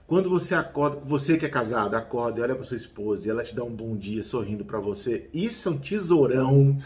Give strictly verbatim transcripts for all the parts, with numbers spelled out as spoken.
Quando você acorda, você que é casado, acorda e olha para sua esposa e ela te dá um bom dia sorrindo para você, isso é um tesourão.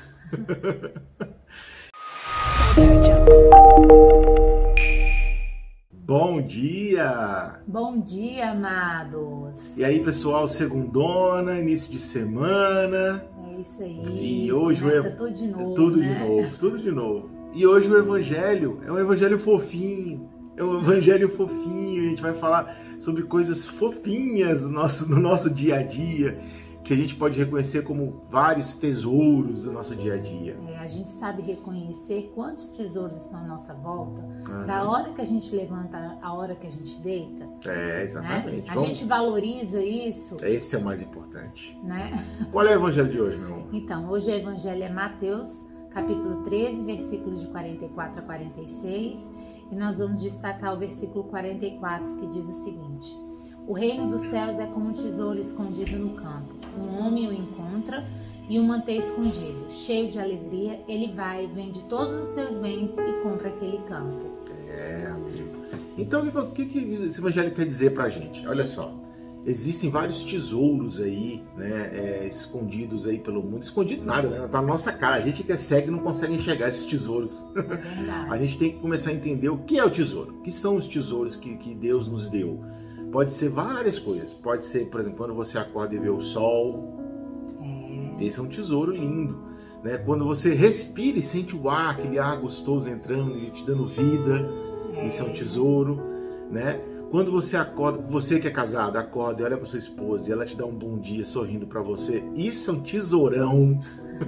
Bom dia! Bom dia, amados! E aí, pessoal, segundona, início de semana. É isso aí. E hoje Começa o tudo de novo, tudo né? de novo, tudo de novo. E hoje o evangelho é um evangelho fofinho. É um evangelho fofinho. A gente vai falar sobre coisas fofinhas no nosso, no nosso dia a dia, que a gente pode reconhecer como vários tesouros do nosso dia a dia. É, a gente sabe reconhecer quantos tesouros estão à nossa volta, Uhum. da hora que a gente levanta à hora que a gente deita. É, exatamente. Né? A Vamos... gente valoriza isso. Esse é o mais importante. Né? Qual é o evangelho de hoje, meu amor? Então, hoje o evangelho é Mateus, capítulo treze, versículos de quarenta e quatro a quarenta e seis. E nós vamos destacar o versículo quarenta e quatro, que diz o seguinte: o reino dos céus é como um tesouro escondido no campo. Um homem o encontra e o mantém escondido. Cheio de alegria, ele vai, vende todos os seus bens e compra aquele campo. É, amigo. Então, o que, que esse evangelho quer dizer pra gente? Olha só, existem vários tesouros aí, né, é, escondidos aí pelo mundo. Escondidos nada, né? Tá na nossa cara. A gente que é cego não consegue enxergar esses tesouros. É verdade. A gente tem que começar a entender o que é o tesouro. O que são os tesouros que, que Deus nos deu? Pode ser várias coisas. Pode ser, por exemplo, quando você acorda e vê o sol. É. Esse é um tesouro lindo. Né? Quando você respira e sente o ar, aquele ar gostoso entrando e te dando vida. É. Esse é um tesouro. Né? Quando você acorda, você que é casado, acorda e olha para sua esposa e ela te dá um bom dia sorrindo para você. Isso é um tesourão.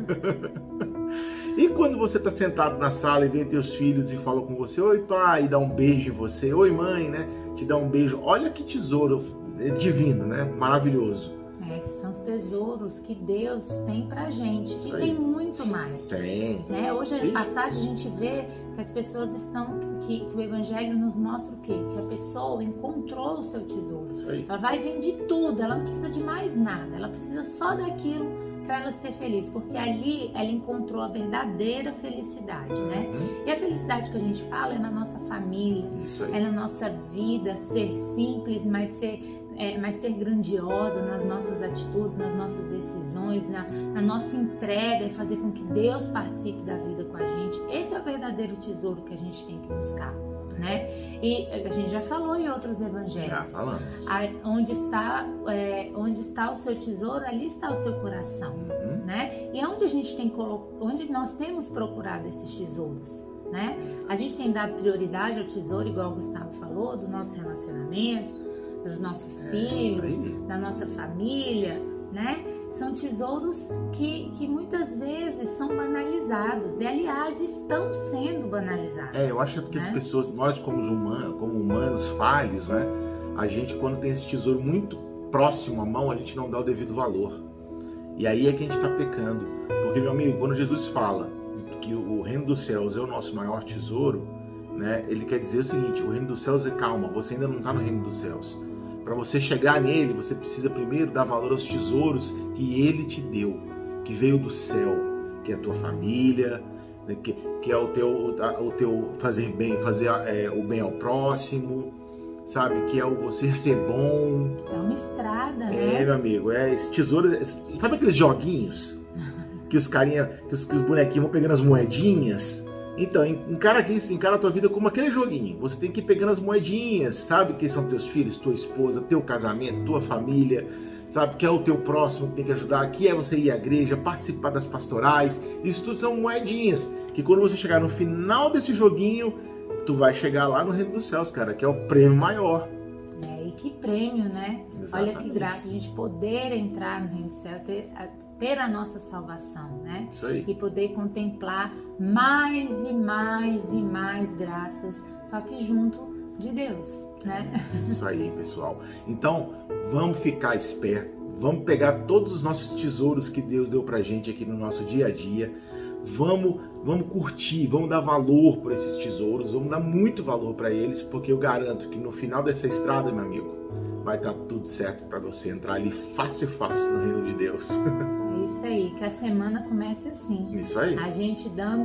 E quando você está sentado na sala e vem teus filhos e falam com você, oi pai, e dá um beijo em você, oi mãe, né? Te dá um beijo. Olha que tesouro divino, né? Maravilhoso. É, esses são os tesouros que Deus tem pra gente. Isso E aí. tem muito mais. Tem. Né? Hoje Ixi. a passagem a gente vê que as pessoas estão, que, que o evangelho nos mostra o quê? Que a pessoa encontrou o seu tesouro. Isso aí. Ela vai vender tudo, ela não precisa de mais nada, ela precisa só daquilo para ela ser feliz, porque ali ela encontrou a verdadeira felicidade, né? Uhum. E a felicidade que a gente fala é na nossa família, Isso aí. é na nossa vida, ser simples, mas ser É, mas ser grandiosa nas nossas atitudes, nas nossas decisões, na, na nossa entrega e fazer com que Deus participe da vida com a gente. Esse é o verdadeiro tesouro que a gente tem que buscar, né? E a gente já falou em outros evangelhos. Já falamos. A, onde está, é, onde está o seu tesouro, ali está o seu coração, Uhum. né? E onde a gente tem onde nós temos procurado esses tesouros, né? A gente tem dado prioridade ao tesouro, igual o Gustavo falou, do nosso relacionamento, dos nossos É, filhos, isso aí. da nossa família, né? São tesouros que, que muitas vezes são banalizados e, aliás, estão sendo banalizados. É, eu acho que é porque né? as pessoas, nós como humanos, como humanos falhos, né? A gente, quando tem esse tesouro muito próximo à mão, a gente não dá o devido valor. E aí é que a gente está pecando. Porque, meu amigo, quando Jesus fala que o reino dos céus é o nosso maior tesouro, né? Ele quer dizer o seguinte: o reino dos céus é calma, você ainda não está no reino dos céus. Para você chegar nele, você precisa primeiro dar valor aos tesouros que ele te deu, que veio do céu, que é a tua família, né? que, que é o teu, o teu fazer bem, fazer é, o bem ao próximo, sabe? Que é o você ser bom. É uma estrada, É, né? meu amigo, é esse tesouro. Sabe aqueles joguinhos que os carinha, que os, que os bonequinhos vão pegando as moedinhas? Então, encara aqui, encara a tua vida como aquele joguinho. Você tem que ir pegando as moedinhas, sabe? Que são teus filhos, tua esposa, teu casamento, tua família, sabe? Que é o teu próximo que tem que ajudar, que é você ir à igreja, participar das pastorais. Isso tudo são moedinhas, que quando você chegar no final desse joguinho, tu vai chegar lá no reino dos céus, cara, que é o prêmio maior. É, e que prêmio, né? Exatamente. Olha que graça a gente poder entrar no reino do céu, ter a, ter a nossa salvação, né? Isso aí. E poder contemplar mais e mais e mais graças, só que junto de Deus, né? Isso aí, pessoal. Então, vamos ficar esperto, vamos pegar todos os nossos tesouros que Deus deu pra gente aqui no nosso dia a dia, vamos, vamos curtir, vamos dar valor por esses tesouros, vamos dar muito valor para eles, porque eu garanto que no final dessa estrada, meu amigo, vai estar tudo certo para você entrar ali fácil, fácil no reino de Deus. É isso aí, que a semana comece assim. Isso aí. A gente dando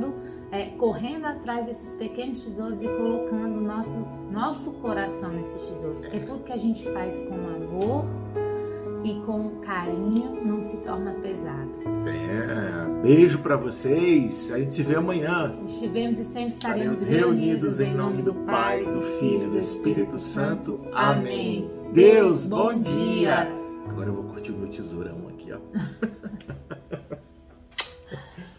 é, correndo atrás desses pequenos tesouros e colocando nosso, nosso coração nesses tesouros. Porque tudo que a gente faz com amor e com carinho não se torna pesado. É, beijo para vocês. A gente se vê amanhã. Estivemos e sempre estaremos reunidos em nome do Pai, do Filho e do Espírito Santo. Amém. Deus, bom dia. Agora eu vou curtir o meu tesourão aqui, ó.